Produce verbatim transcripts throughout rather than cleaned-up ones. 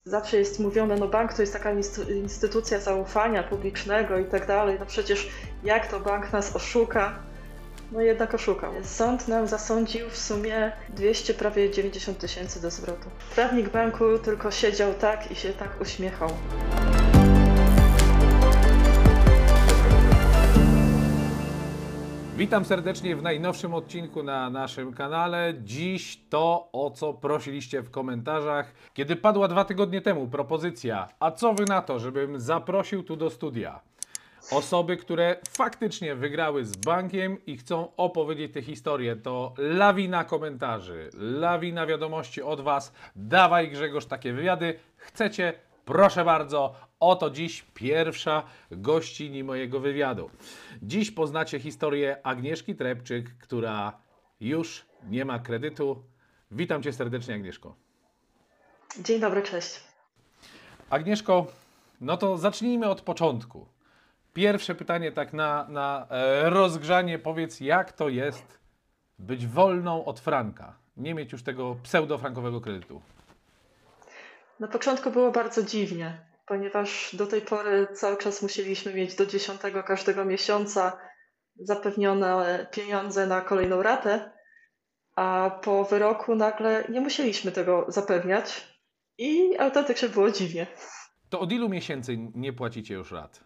Zawsze jest mówione, no bank to jest taka instytucja zaufania publicznego i tak dalej. No przecież jak to bank nas oszuka? No jednak oszukał. Sąd nam zasądził w sumie dwieście, prawie dziewięćdziesiąt tysięcy do zwrotu. Prawnik banku tylko siedział tak i się tak uśmiechał. Witam serdecznie w najnowszym odcinku na naszym kanale. Dziś to, o co prosiliście w komentarzach, kiedy padła dwa tygodnie temu propozycja, a co wy na to, żebym zaprosił tu do studia osoby, które faktycznie wygrały z bankiem i chcą opowiedzieć tę historię. To lawina komentarzy, lawina wiadomości od was. Dawaj, Grzegorz, takie wywiady. Chcecie? Proszę bardzo, oto dziś pierwsza gościni mojego wywiadu. Dziś poznacie historię Agnieszki Trepczyk, która już nie ma kredytu. Witam cię serdecznie, Agnieszko. Dzień dobry, cześć. Agnieszko, no to zacznijmy od początku. Pierwsze pytanie tak na, na rozgrzanie. Powiedz, jak to jest być wolną od franka? Nie mieć już tego pseudofrankowego kredytu. Na początku było bardzo dziwnie, ponieważ do tej pory cały czas musieliśmy mieć do dziesiątego każdego miesiąca zapewnione pieniądze na kolejną ratę, a po wyroku nagle nie musieliśmy tego zapewniać i autentycznie było dziwnie. To od ilu miesięcy nie płacicie już rat?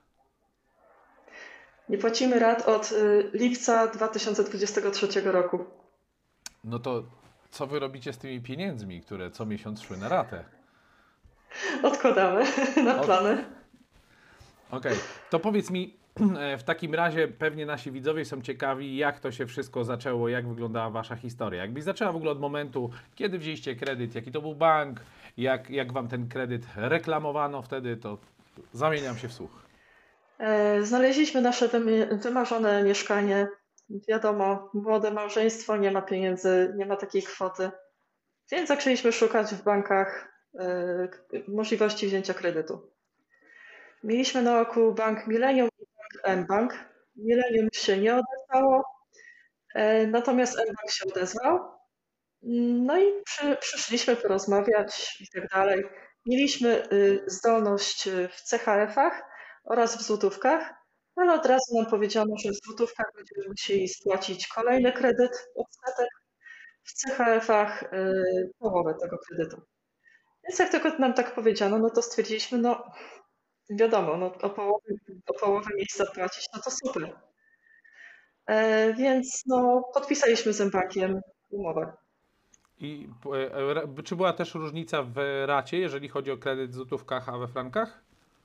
Nie płacimy rat od lipca dwa tysiące dwudziestego trzeciego roku. No to co wy robicie z tymi pieniędzmi, które co miesiąc szły na ratę? Odkładamy na plany. Okej, okay. To powiedz mi, w takim razie pewnie nasi widzowie są ciekawi, jak to się wszystko zaczęło, jak wyglądała wasza historia. Jakbyś zaczęła w ogóle od momentu, kiedy wzięliście kredyt, jaki to był bank, jak, jak wam ten kredyt reklamowano wtedy, to zamieniam się w słuch. Znaleźliśmy nasze wymarzone mieszkanie. Wiadomo, młode małżeństwo, nie ma pieniędzy, nie ma takiej kwoty. Więc zaczęliśmy szukać w bankach możliwości wzięcia kredytu. Mieliśmy na oku bank Millennium i bank mBank. Millennium się nie odezwało, natomiast mBank się odezwał. No i przy, przyszliśmy porozmawiać i tak dalej. Mieliśmy zdolność w C H F-ach oraz w złotówkach, ale od razu nam powiedziano, że w złotówkach będziemy musieli spłacić kolejny kredyt, odsetek, w C H F-ach połowę tego kredytu. Więc jak tylko nam tak powiedziano, no to stwierdziliśmy, no wiadomo, no o połowę, o połowę mniej zapłacić, no to super. E, więc no podpisaliśmy z mBankiem umowę. I e, czy była też różnica w racie, jeżeli chodzi o kredyt w złotówkach, a we frankach?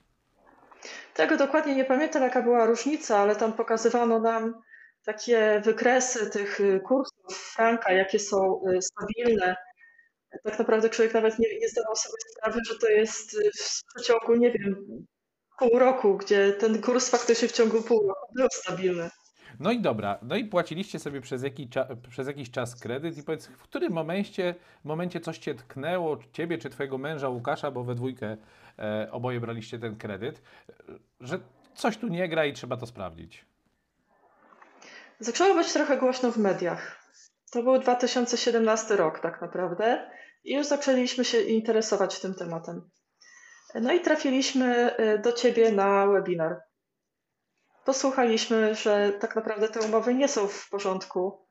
Tego dokładnie nie pamiętam, jaka była różnica, ale tam pokazywano nam takie wykresy tych kursów franka, jakie są stabilne. Tak naprawdę człowiek nawet nie, nie zdawał sobie sprawy, że to jest w przeciągu, nie wiem, pół roku, gdzie ten kurs faktycznie w ciągu pół roku był stabilny. No i dobra, no i płaciliście sobie przez jakiś, przez jakiś czas kredyt i powiedz, w którym momencie, momencie coś cię tknęło, ciebie czy twojego męża Łukasza, bo we dwójkę e, oboje braliście ten kredyt, że coś tu nie gra i trzeba to sprawdzić? Zaczęło być trochę głośno w mediach. To był dwa tysiące siedemnasty rok tak naprawdę i już zaczęliśmy się interesować tym tematem. No i trafiliśmy do ciebie na webinar. Posłuchaliśmy, że tak naprawdę te umowy nie są w porządku.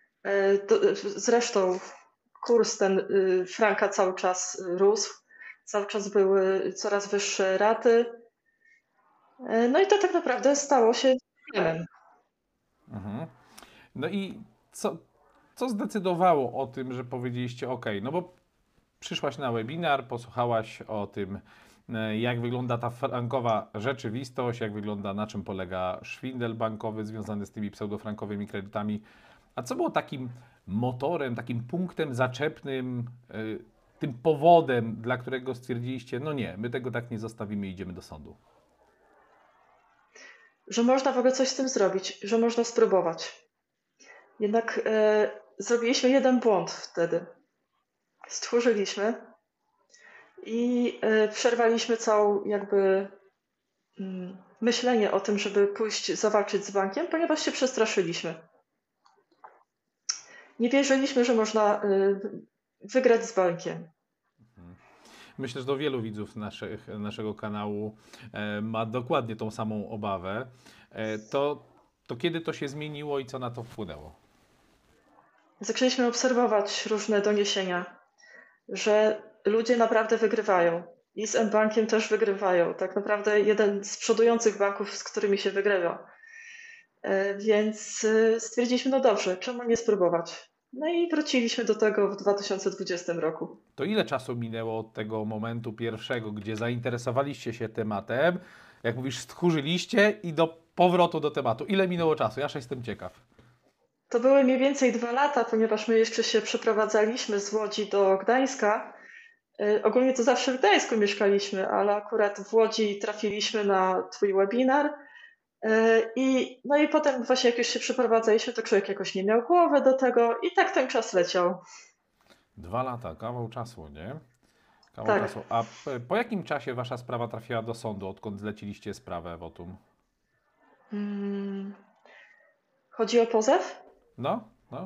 Zresztą kurs ten franka cały czas rósł, cały czas były coraz wyższe raty. No i to tak naprawdę stało się problemem. Mhm. No i co, co zdecydowało o tym, że powiedzieliście OK, no bo przyszłaś na webinar, posłuchałaś o tym, jak wygląda ta frankowa rzeczywistość, jak wygląda, na czym polega szwindel bankowy związany z tymi pseudofrankowymi kredytami. A co było takim motorem, takim punktem zaczepnym, tym powodem, dla którego stwierdziliście, no nie, my tego tak nie zostawimy i idziemy do sądu? Że można w ogóle coś z tym zrobić, że można spróbować. Jednak e, zrobiliśmy jeden błąd wtedy. Stchórzyliśmy i e, przerwaliśmy całą jakby mm, myślenie o tym, żeby pójść zawalczyć z bankiem, ponieważ się przestraszyliśmy. Nie wierzyliśmy, że można y, wygrać z bankiem. Myślę, że do wielu widzów naszych, naszego kanału e, ma dokładnie tą samą obawę. E, to, to kiedy to się zmieniło i co na to wpłynęło? Zaczęliśmy obserwować różne doniesienia, że ludzie naprawdę wygrywają. I z mBankiem też wygrywają. Tak naprawdę jeden z przodujących banków, z którymi się wygrywa. E, Więc e, stwierdziliśmy, no dobrze, czemu nie spróbować? No i wróciliśmy do tego w dwa tysiące dwudziestym roku. To ile czasu minęło od tego momentu pierwszego, gdzie zainteresowaliście się tematem, jak mówisz, stchórzyliście i do powrotu do tematu? Ile minęło czasu? Ja też jestem ciekaw. To były mniej więcej dwa lata, ponieważ my jeszcze się przeprowadzaliśmy z Łodzi do Gdańska. E, Ogólnie to zawsze w Gdańsku mieszkaliśmy, ale akurat w Łodzi trafiliśmy na Twój webinar. E, I, no i potem właśnie jak już się przeprowadzaliśmy, to człowiek jakoś nie miał głowy do tego i tak ten czas leciał. Dwa lata, kawał czasu, nie? Kawał Tak. czasu. A p- po jakim czasie wasza sprawa trafiła do sądu, odkąd zleciliście sprawę wotum? Mm, Chodzi o pozew? No, no.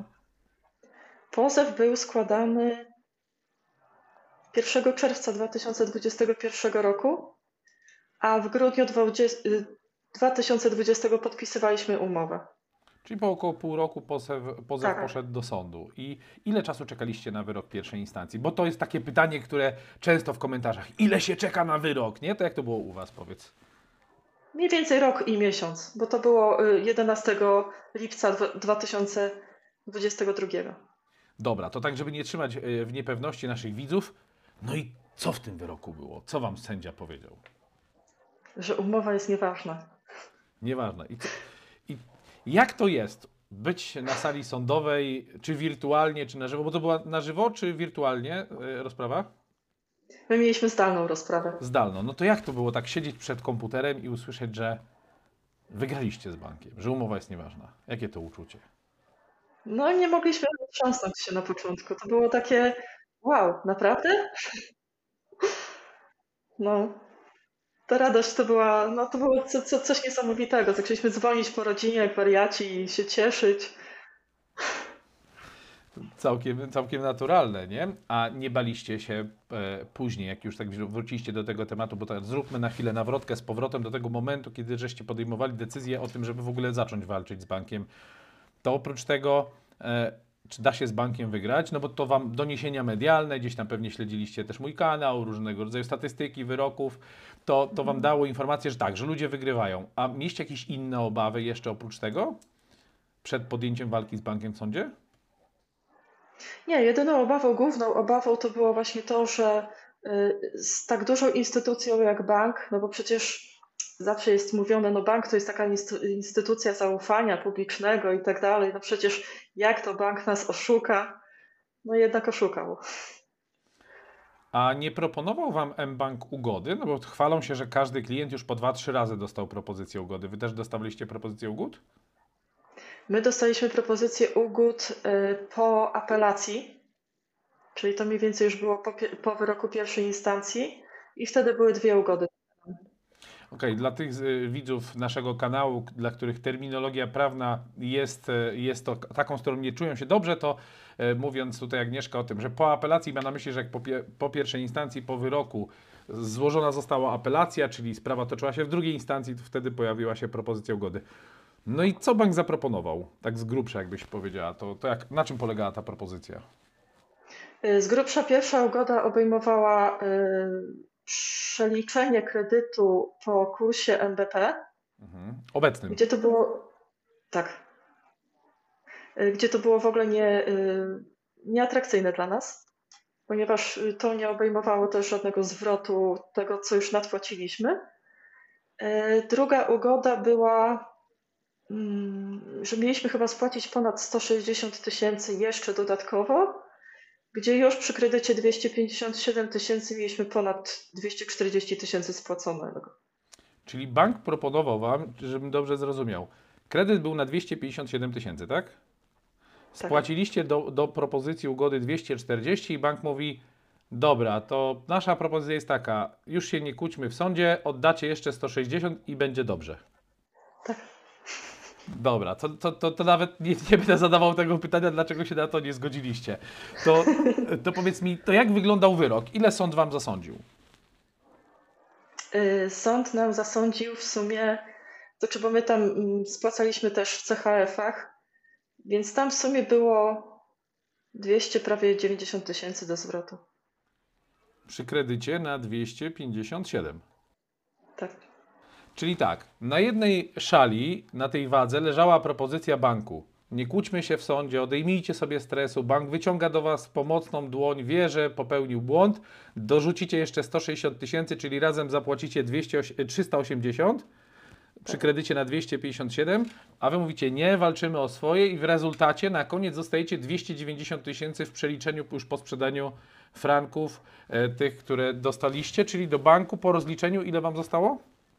Pozew był składany pierwszego czerwca dwa tysiące dwudziestego pierwszego roku, a w grudniu dwa tysiące dwudziestego podpisywaliśmy umowę. Czyli po około pół roku pozew, pozew Tak. poszedł do sądu. I ile czasu czekaliście na wyrok pierwszej instancji? Bo to jest takie pytanie, które często w komentarzach. Ile się czeka na wyrok, nie? To jak to było u was, powiedz? Mniej więcej rok i miesiąc, bo to było y, jedenastego lipca dwa tysiące dwudziestego drugiego. Dobra, to tak, żeby nie trzymać e, w niepewności naszych widzów. No i co w tym wyroku było? Co wam sędzia powiedział? Że umowa jest nieważna. Nieważne. I, co, I jak to jest być na sali sądowej, czy wirtualnie, czy na żywo? Bo to była na żywo, czy wirtualnie e, rozprawa? My mieliśmy zdalną rozprawę. Zdalno. No to jak to było tak siedzieć przed komputerem i usłyszeć, że wygraliście z bankiem, że umowa jest nieważna? Jakie to uczucie? No nie mogliśmy trząsnąć się na początku. To było takie wow, naprawdę? No, ta radość to była, no to było co, co, coś niesamowitego. Zaczęliśmy dzwonić po rodzinie jak wariaci i się cieszyć. Całkiem, całkiem naturalne, nie? A nie baliście się e, później, jak już tak wróciliście do tego tematu, bo tak zróbmy na chwilę nawrotkę z powrotem do tego momentu, kiedy żeście podejmowali decyzję o tym, żeby w ogóle zacząć walczyć z bankiem. To oprócz tego, e, czy da się z bankiem wygrać? No bo to wam doniesienia medialne, gdzieś tam pewnie śledziliście też mój kanał, różnego rodzaju statystyki, wyroków, to, to wam dało informację, że tak, że ludzie wygrywają. A mieliście jakieś inne obawy jeszcze oprócz tego? Przed podjęciem walki z bankiem w sądzie? Nie, jedyną obawą, główną obawą to było właśnie to, że y, z tak dużą instytucją jak bank, no bo przecież zawsze jest mówione, no bank to jest taka inst- instytucja zaufania publicznego i tak dalej, no przecież jak to bank nas oszuka? No jednak oszukał. A nie proponował wam mBank ugody? No bo chwalą się, że każdy klient już po dwa, trzy razy dostał propozycję ugody. Wy też dostawaliście propozycję ugód? My dostaliśmy propozycję ugód y, po apelacji, czyli to mniej więcej już było po, pie- po wyroku pierwszej instancji i wtedy były dwie ugody. Okej, dla tych y, widzów naszego kanału, k- dla których terminologia prawna jest, y, jest to k- taką, z którą nie czują się dobrze, to y, mówiąc tutaj Agnieszka o tym, że po apelacji ma na myśli, że jak po, pie, po pierwszej instancji, po wyroku złożona została apelacja, czyli sprawa toczyła się w drugiej instancji, to wtedy pojawiła się propozycja ugody. No i co bank zaproponował? Tak z grubsza, jakbyś powiedziała. To, to jak, na czym polegała ta propozycja? Y, Z grubsza pierwsza ugoda obejmowała y, przeliczenie kredytu po kursie N B P, Mhm. Obecnym. gdzie to było tak, y, gdzie to było w ogóle nie, y, nieatrakcyjne dla nas, ponieważ y, to nie obejmowało też żadnego zwrotu tego, co już nadpłaciliśmy. Y, Druga ugoda była, mm, że mieliśmy chyba spłacić ponad sto sześćdziesiąt tysięcy jeszcze dodatkowo, gdzie już przy kredycie dwieście pięćdziesiąt siedem tysięcy mieliśmy ponad dwieście czterdzieści tysięcy spłaconego. Czyli bank proponował wam, żebym dobrze zrozumiał, kredyt był na dwieście pięćdziesiąt siedem tysięcy, tak? Tak. Spłaciliście do, do propozycji ugody dwieście czterdzieści i bank mówi, dobra, to nasza propozycja jest taka, już się nie kłóćmy w sądzie, oddacie jeszcze sto sześćdziesiąt i będzie dobrze. Tak. Dobra, to, to, to, to nawet nie, nie będę zadawał tego pytania, dlaczego się na to nie zgodziliście. To, to powiedz mi, to jak wyglądał wyrok? Ile sąd wam zasądził? Y, Sąd nam zasądził w sumie, to czy bo my tam mm, spłacaliśmy też w C H F-ach, więc tam w sumie było dwieście, prawie dziewięćdziesiąt tysięcy do zwrotu. Przy kredycie na dwieście pięćdziesiąt siedem. Tak. Czyli tak, na jednej szali, na tej wadze leżała propozycja banku. Nie kłóćmy się w sądzie, odejmijcie sobie stresu, bank wyciąga do was pomocną dłoń, wie, że popełnił błąd, dorzucicie jeszcze sto sześćdziesiąt tysięcy, czyli razem zapłacicie dwieście, trzysta osiemdziesiąt przy kredycie na dwieście pięćdziesiąt siedem, a wy mówicie nie, walczymy o swoje i w rezultacie na koniec dostajecie dwieście dziewięćdziesiąt tysięcy w przeliczeniu już po sprzedaniu franków e, tych, które dostaliście, czyli do banku po rozliczeniu ile wam zostało?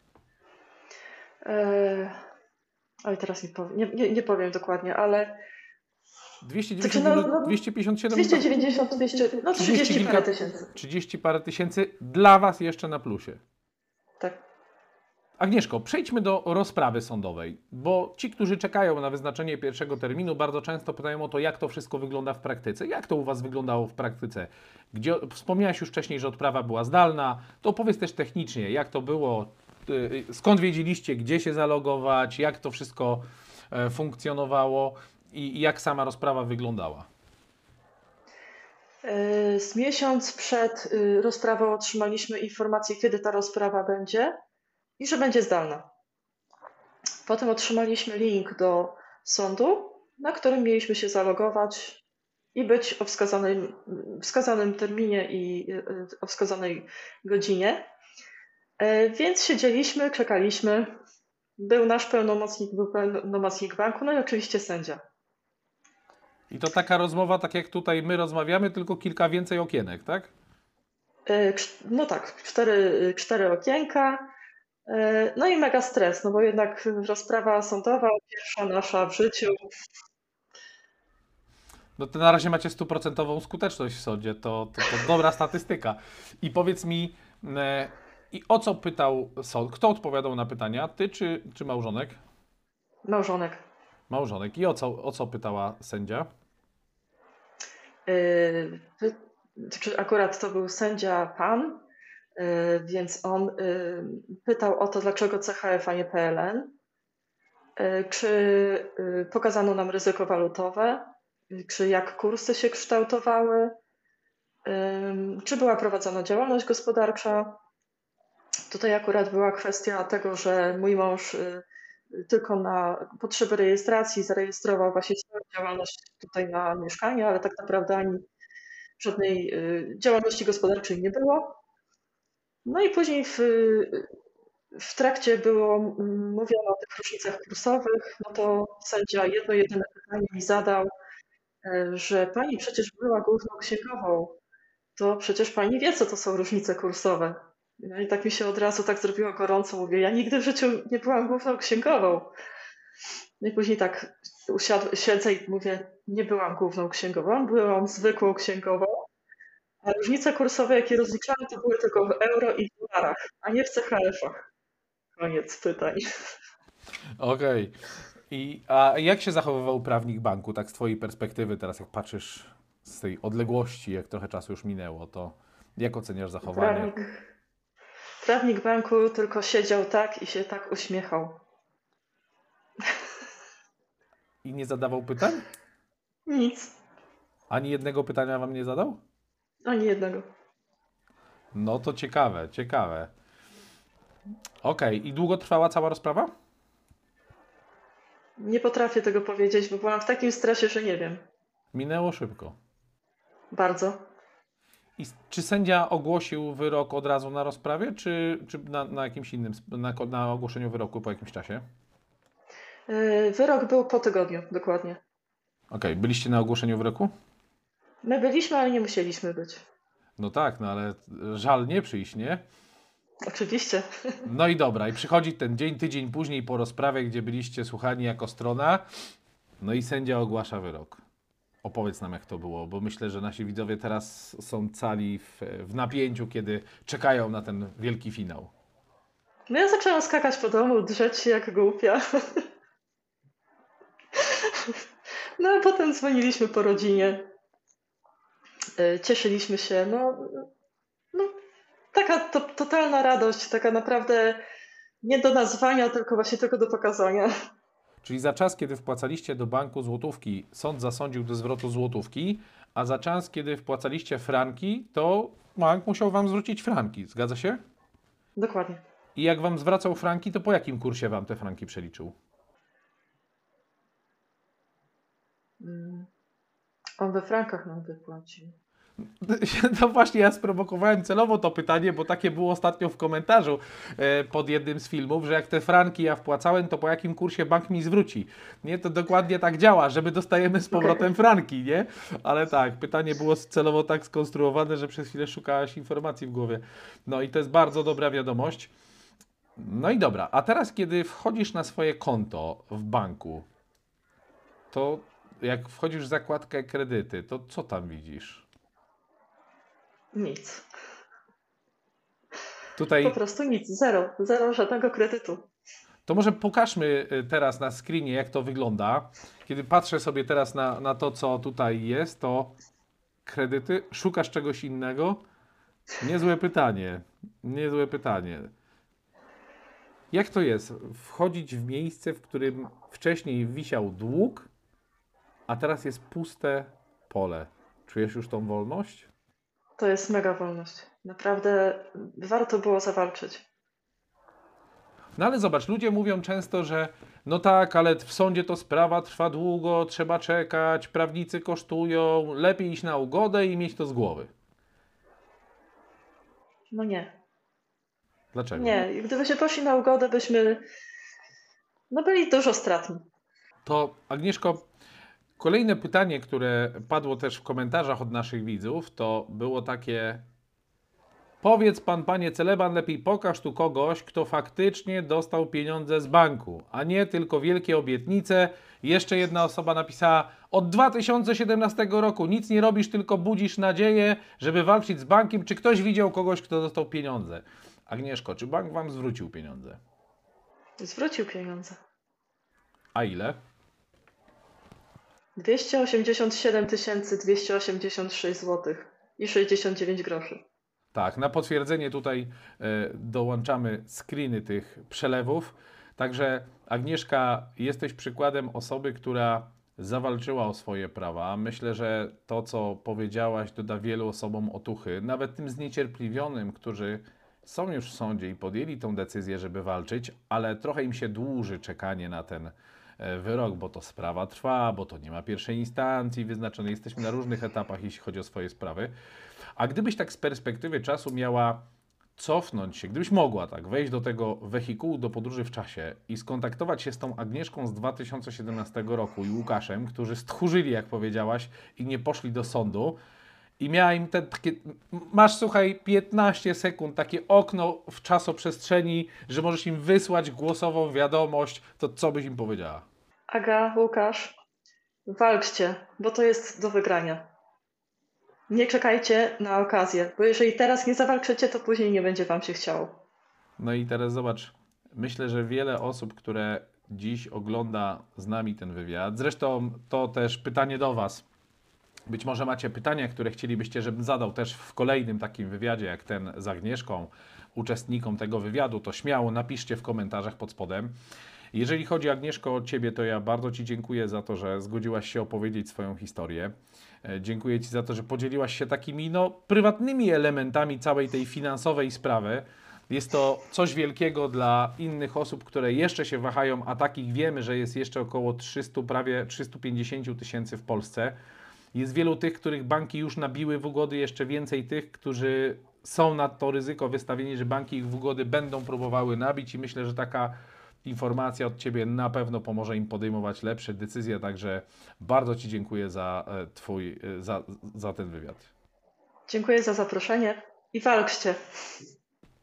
E, Oj, teraz nie powiem, nie, nie, nie powiem dokładnie, ale dwieście znaczy dziewięćdziesiąt no, minus no, dwieście pięćdziesiąt siedem dwieście dziewięćdziesiąt, dwieście, no trzydzieści kilka- parę tysięcy. trzydzieści parę tysięcy dla was jeszcze na plusie. Tak. Agnieszko, przejdźmy do rozprawy sądowej, bo ci, którzy czekają na wyznaczenie pierwszego terminu, bardzo często pytają o to, jak to wszystko wygląda w praktyce. Jak to u was wyglądało w praktyce? Gdzie, wspomniałaś już wcześniej, że odprawa była zdalna, to opowiedz też technicznie, jak to było, y, skąd wiedzieliście, gdzie się zalogować, jak to wszystko e, funkcjonowało i, i jak sama rozprawa wyglądała. E, Z miesiąc przed y, rozprawą otrzymaliśmy informację, kiedy ta rozprawa będzie i że będzie zdalna. Potem otrzymaliśmy link do sądu, na którym mieliśmy się zalogować i być o wskazanym, wskazanym terminie i y, y, o wskazanej godzinie. E, Więc siedzieliśmy, czekaliśmy. Był nasz pełnomocnik, był pełnomocnik banku, no i oczywiście sędzia. I to taka rozmowa, tak jak tutaj my rozmawiamy, tylko kilka więcej okienek, tak? E, cz- No tak, cztery, cztery okienka. E, No i mega stres, no bo jednak rozprawa sądowa, pierwsza nasza w życiu. No to na razie macie stuprocentową skuteczność w sądzie, to, to, to dobra statystyka. I powiedz mi, e, i o co pytał sąd? Kto odpowiadał na pytania? Ty czy, czy małżonek? Małżonek. Małżonek. I o co, o co pytała sędzia? E, py- Znaczy akurat to był sędzia pan, e, więc on e, pytał o to, dlaczego C H F, a nie P L N. E, Czy e, pokazano nam ryzyko walutowe, czy jak kursy się kształtowały, em, czy była prowadzona działalność gospodarcza. Tutaj akurat była kwestia tego, że mój mąż y, tylko na potrzeby rejestracji zarejestrował właśnie swoją działalność tutaj na mieszkanie, ale tak naprawdę ani żadnej y, działalności gospodarczej nie było. No i później w, w trakcie było mm, mówiono o tych różnicach kursowych, no to sędzia jedno jedyne pytanie mi zadał, e, że pani przecież była główną księgową, to przecież pani wie, co to są różnice kursowe. No i tak mi się od razu tak zrobiło gorąco, mówię, ja nigdy w życiu nie byłam główną księgową. No i później tak usiadł, siedzę i mówię, nie byłam główną księgową, byłam zwykłą księgową, a różnice kursowe, jakie rozliczałam, to były tylko w euro i w dolarach, a nie w C H F-ach. Koniec pytań. Okej. I a jak się zachowywał prawnik banku, tak z twojej perspektywy teraz, jak patrzysz z tej odległości, jak trochę czasu już minęło, to jak oceniasz zachowanie? Prawnik, prawnik banku tylko siedział tak i się tak uśmiechał. I nie zadawał pytań? Nic, Ani jednego pytania wam nie zadał? ani jednego. No to ciekawe, ciekawe. Okej, i długo trwała cała rozprawa? Nie potrafię tego powiedzieć, bo byłam w takim stresie, że nie wiem. Minęło szybko. Bardzo. I s- czy sędzia ogłosił wyrok od razu na rozprawie, czy, czy na, na jakimś innym, sp- na, ko- na ogłoszeniu wyroku po jakimś czasie? Yy, Wyrok był po tygodniu, dokładnie. Okej, byliście na ogłoszeniu wyroku? My byliśmy, ale nie musieliśmy być. No tak, no ale żal nie przyjść, nie? Oczywiście. No i dobra, i przychodzi ten dzień, tydzień później po rozprawie, gdzie byliście słuchani jako strona, no i sędzia ogłasza wyrok. Opowiedz nam, jak to było, bo myślę, że nasi widzowie teraz są cali w, w napięciu, kiedy czekają na ten wielki finał. No ja zaczęłam skakać po domu, drzeć się jak głupia. No a potem dzwoniliśmy po rodzinie, y, cieszyliśmy się, no, no taka to, totalna radość, taka naprawdę nie do nazwania, tylko właśnie tylko do pokazania. Czyli za czas, kiedy wpłacaliście do banku złotówki, sąd zasądził do zwrotu złotówki, a za czas, kiedy wpłacaliście franki, to bank musiał wam zwrócić franki. Zgadza się? Dokładnie. I jak wam zwracał franki, to po jakim kursie wam te franki przeliczył? Mm. On we frankach nam wypłacił. No właśnie, ja sprowokowałem celowo to pytanie, bo takie było ostatnio w komentarzu e, pod jednym z filmów, że jak te franki ja wpłacałem, to po jakim kursie bank mi zwróci. Nie, to dokładnie tak działa, że my dostajemy z powrotem franki, nie? Ale tak, pytanie było celowo tak skonstruowane, że przez chwilę szukałaś informacji w głowie. No i to jest bardzo dobra wiadomość. No i dobra, a teraz kiedy wchodzisz na swoje konto w banku, to jak wchodzisz w zakładkę kredyty, to co tam widzisz? Nic. Tutaj Po prostu nic. Zero. Zero żadnego kredytu. To może pokażmy teraz na screenie, jak to wygląda. Kiedy patrzę sobie teraz na, na to, co tutaj jest, to kredyty, szukasz czegoś innego? Niezłe pytanie. Niezłe pytanie. Jak to jest? Wchodzić w miejsce, w którym wcześniej wisiał dług, a teraz jest puste pole. Czujesz już tą wolność? To jest mega wolność. Naprawdę warto było zawalczyć. No ale zobacz, ludzie mówią często, że no tak, ale w sądzie to sprawa trwa długo, trzeba czekać, prawnicy kosztują, lepiej iść na ugodę i mieć to z głowy. No nie. Dlaczego? Nie. I gdybyśmy poszli na ugodę, byśmy no byli dużo stratni. To Agnieszko, kolejne pytanie, które padło też w komentarzach od naszych widzów, to było takie: powiedz pan, panie Celeban, lepiej pokaż tu kogoś, kto faktycznie dostał pieniądze z banku, a nie tylko wielkie obietnice. Jeszcze jedna osoba napisała: od dwa tysiące siedemnastego roku nic nie robisz, tylko budzisz nadzieję, żeby walczyć z bankiem. Czy ktoś widział kogoś, kto dostał pieniądze? Agnieszko, czy bank wam zwrócił pieniądze? Zwrócił pieniądze. A ile? dwieście osiemdziesiąt siedem tysięcy dwieście osiemdziesiąt sześć złotych i sześćdziesiąt dziewięć groszy. Tak, na potwierdzenie tutaj e, dołączamy screeny tych przelewów. Także Agnieszka, jesteś przykładem osoby, która zawalczyła o swoje prawa. Myślę, że to, co powiedziałaś, doda wielu osobom otuchy, nawet tym zniecierpliwionym, którzy są już w sądzie i podjęli tą decyzję, żeby walczyć, ale trochę im się dłuży czekanie na ten e, wyrok, bo to sprawa trwa, bo to nie ma pierwszej instancji wyznaczonej. Jesteśmy na różnych etapach, jeśli chodzi o swoje sprawy. A gdybyś tak z perspektywy czasu miała cofnąć się, gdybyś mogła tak wejść do tego wehikułu do podróży w czasie i skontaktować się z tą Agnieszką z dwa tysiące siedemnastego roku i Łukaszem, którzy stchórzyli, jak powiedziałaś, i nie poszli do sądu, i miała im te takie, masz słuchaj, piętnaście sekund, takie okno w czasoprzestrzeni, że możesz im wysłać głosową wiadomość, to co byś im powiedziała? Aga, Łukasz, walczcie, bo to jest do wygrania. Nie czekajcie na okazję, bo jeżeli teraz nie zawalczycie, to później nie będzie wam się chciało. No i teraz zobacz, myślę, że wiele osób, które dziś ogląda z nami ten wywiad, zresztą to też pytanie do Was. Być może macie pytania, które chcielibyście, żebym zadał też w kolejnym takim wywiadzie, jak ten z Agnieszką, uczestnikom tego wywiadu, to śmiało napiszcie w komentarzach pod spodem. Jeżeli chodzi, Agnieszko, o Ciebie, to ja bardzo Ci dziękuję za to, że zgodziłaś się opowiedzieć swoją historię. Dziękuję Ci za to, że podzieliłaś się takimi no, prywatnymi elementami całej tej finansowej sprawy. Jest to coś wielkiego dla innych osób, które jeszcze się wahają, a takich wiemy, że jest jeszcze około trzysta, prawie trzysta pięćdziesiąt tysięcy w Polsce. Jest wielu tych, których banki już nabiły w ugody, jeszcze więcej tych, którzy są na to ryzyko wystawieni, że banki ich w ugody będą próbowały nabić i myślę, że taka informacja od Ciebie na pewno pomoże im podejmować lepsze decyzje, także bardzo Ci dziękuję za Twój, za, za ten wywiad. Dziękuję za zaproszenie i walczcie.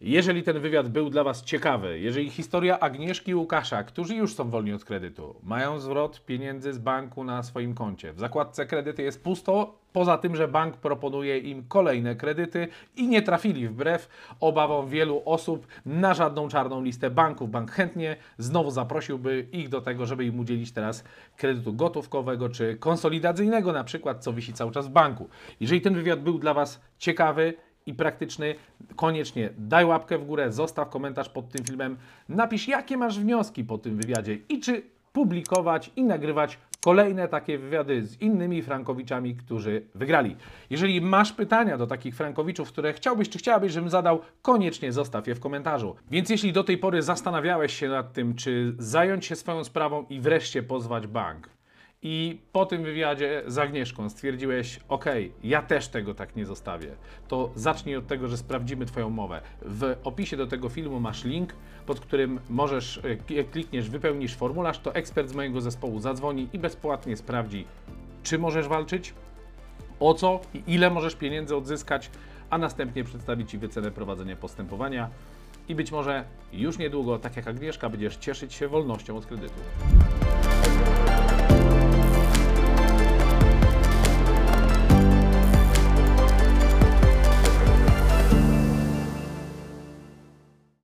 Jeżeli ten wywiad był dla Was ciekawy, jeżeli historia Agnieszki i Łukasza, którzy już są wolni od kredytu, mają zwrot pieniędzy z banku na swoim koncie, w zakładce kredyty jest pusto, poza tym, że bank proponuje im kolejne kredyty i nie trafili wbrew obawom wielu osób na żadną czarną listę banków. Bank chętnie znowu zaprosiłby ich do tego, żeby im udzielić teraz kredytu gotówkowego czy konsolidacyjnego na przykład, co wisi cały czas w banku. Jeżeli ten wywiad był dla Was ciekawy i praktyczny, koniecznie daj łapkę w górę, zostaw komentarz pod tym filmem, napisz jakie masz wnioski po tym wywiadzie i czy publikować i nagrywać kolejne takie wywiady z innymi frankowiczami, którzy wygrali. Jeżeli masz pytania do takich frankowiczów, które chciałbyś czy chciałabyś, żebym zadał, koniecznie zostaw je w komentarzu. Więc jeśli do tej pory zastanawiałeś się nad tym, czy zająć się swoją sprawą i wreszcie pozwać bank, i po tym wywiadzie z Agnieszką stwierdziłeś, ok, ja też tego tak nie zostawię, to zacznij od tego, że sprawdzimy Twoją mowę. W opisie do tego filmu masz link, pod którym możesz, jak klikniesz, wypełnisz formularz, to ekspert z mojego zespołu zadzwoni i bezpłatnie sprawdzi, czy możesz walczyć, o co i ile możesz pieniędzy odzyskać, a następnie przedstawi Ci wycenę prowadzenia postępowania i być może już niedługo, tak jak Agnieszka, będziesz cieszyć się wolnością od kredytu.